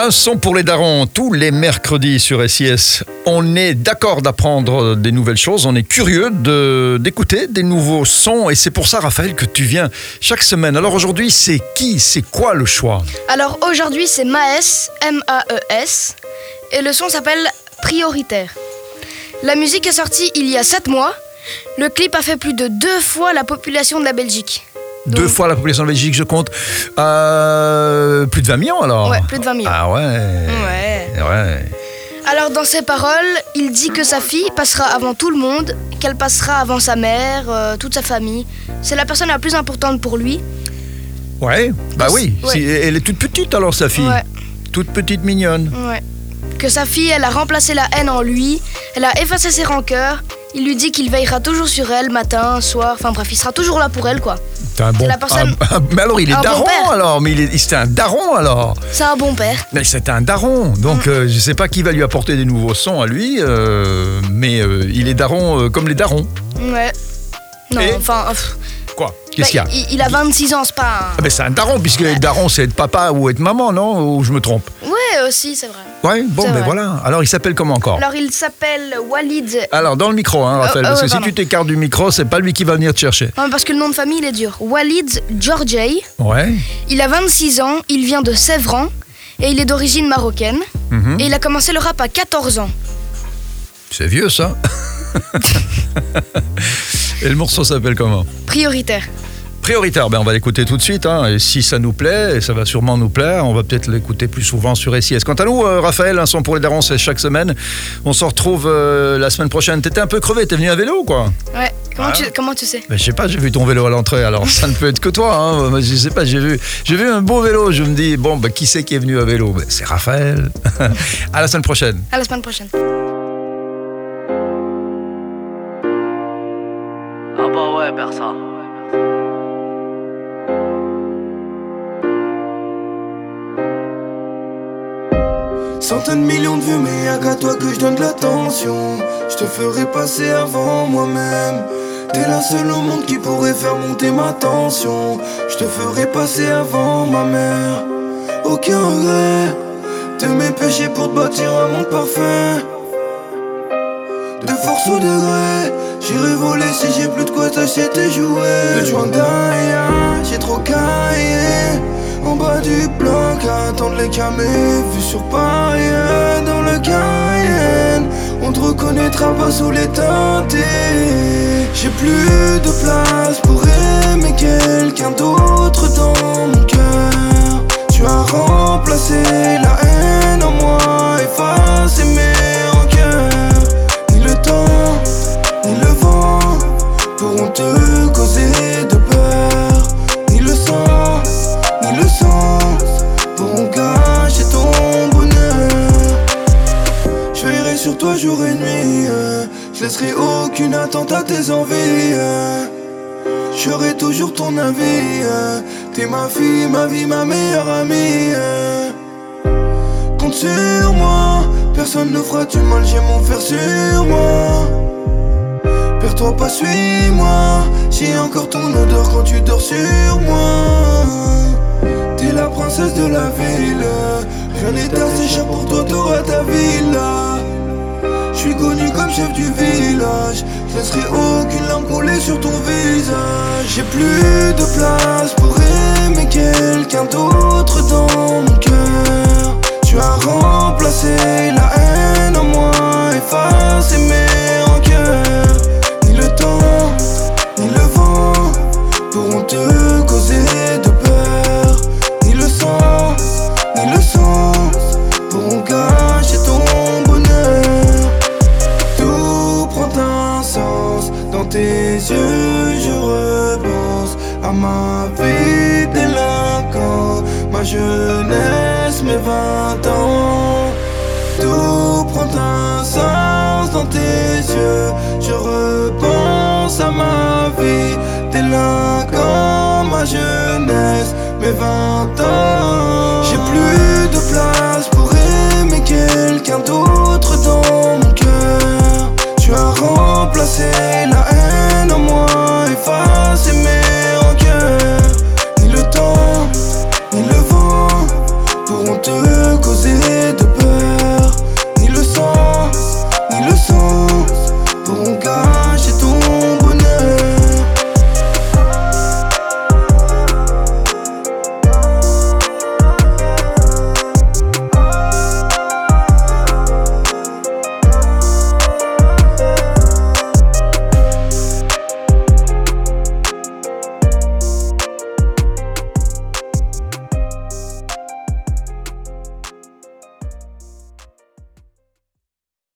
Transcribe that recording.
Un son pour les darons, tous les mercredis sur SIS. On est d'accord d'apprendre des nouvelles choses, on est curieux d'écouter des nouveaux sons et c'est pour ça, Raphaël, que tu viens chaque semaine. Alors aujourd'hui, c'est quoi le choix? Alors aujourd'hui, c'est Maes, M-A-E-S, et le son s'appelle Prioritaire. La musique est sortie il y a 7 mois. Le clip a fait plus de 2 fois la population de la Belgique. Donc, 2 fois la population de Belgique, je compte. Plus de 20 millions alors? Ouais, plus de 20 millions. Ah ouais. Ouais. Alors dans ses paroles, il dit que sa fille passera avant tout le monde, qu'elle passera avant sa mère, toute sa famille. C'est la personne la plus importante pour lui. Ouais, bah oui. Ouais. Elle est toute petite alors, sa fille. Ouais. Toute petite mignonne. Ouais. Que sa fille, elle a remplacé la haine en lui, elle a effacé ses rancœurs. Il lui dit qu'il veillera toujours sur elle, matin, soir, enfin bref, il sera toujours là pour elle, quoi. C'est un bon... la personne... mais alors, il est un daron bon père. alors. Mais c'est un daron alors. C'est un bon père. Mais c'est un daron. Donc, je sais pas qui va lui apporter des nouveaux sons à lui, mais il est daron comme les darons. Ouais. Non, Et enfin... Quoi? Qu'est-ce qu'il y a? Il a 26 ans, c'est pas un... Ah ben c'est un daron, puisque les darons, c'est être papa ou être maman, non? Ou je me trompe? Ouais, aussi, c'est vrai. Ouais, bon, C'est ben vrai. voilà. Alors, il s'appelle comment encore? Alors, il s'appelle Walid... Alors, dans le micro, hein, Raphaël, parce que si pardon. tu t'écartes du micro, c'est pas lui qui va venir te chercher. Non, parce que le nom de famille, il est dur. Walid Georgiy. Ouais. Il a 26 ans, il vient de Sèvres et il est d'origine marocaine. Mhm. Et il a commencé le rap à 14 ans. C'est vieux, ça. Et le morceau s'appelle comment? Prioritaire. Prioritaire, ben on va l'écouter tout de suite, hein, et si ça nous plaît, et ça va sûrement nous plaire, on va peut-être l'écouter plus souvent sur SIS. Quant à nous, Raphaël, un son pour les darons, c'est chaque semaine. On se retrouve la semaine prochaine. T'étais un peu crevé, t'es venu à vélo ou quoi? Ouais. Ah. Comment tu sais? Ben, je sais pas, j'ai vu ton vélo à l'entrée, alors ça ne peut être que toi. Hein. Moi, je sais pas, j'ai vu un beau vélo, je me dis, bon, ben, qui c'est qui est venu à vélo? Ben, c'est Raphaël. À la semaine prochaine. À la semaine prochaine. Ah bah ouais, persa. Centaines de millions de vues, mais y'a qu'à toi que je donne de l'attention. Je te ferai passer avant moi-même. T'es la seule au monde qui pourrait faire monter ma tension. Je te ferai passer avant ma mère. Aucun regret de mes péchés pour te bâtir un monde parfait. De force au degré, j'irai voler si j'ai plus de quoi t'acheter tes jouets. Le joint d'ailleurs, j'ai trop caillé en bas du bloc à attendre les camés. Vu sur Paris, dans le Cayenne, on te reconnaîtra pas sous les teintés. J'ai plus de place pour aimer quelqu'un d'autre dans mon cœur. Tu as remplacé la haine en moi, effacé mes rancœurs. Ni le temps, ni le vent pourront te causer de peur. Ni le sang, ni le sang pourront cacher ton bonheur. Je veillerai sur toi jour et nuit, je laisserai aucune attente à tes envies. Je serai toujours ton avis, t'es ma fille, ma vie, ma meilleure amie. Compte sur moi, personne ne fera du mal, j'ai mon fer sur moi. Perds-toi pas, suis-moi, j'ai encore ton odeur quand tu dors sur moi. T'es la princesse de la ville, rien n'est assez cher pour toi, t'auras ta villa. Je suis connu comme chef du village, je laisserai aucune larme couler sur ton visage. J'ai plus de place pour aimer quelqu'un d'autre dans mon cœur. Tu as remplacé la haine en moi, effacé mes rancœurs. Ni le temps, ni le vent pourront te causer de peur. Ni le sang, ni le sens pourront cacher ton bonheur. Tout prend un sens dans tes yeux, je repense à ma vie délinquant, ma jeunesse, mes 20 ans. Tout prend un sens dans tes yeux, je repense à ma vie délinquant, ma jeunesse, mes 20 ans. J'ai plus de place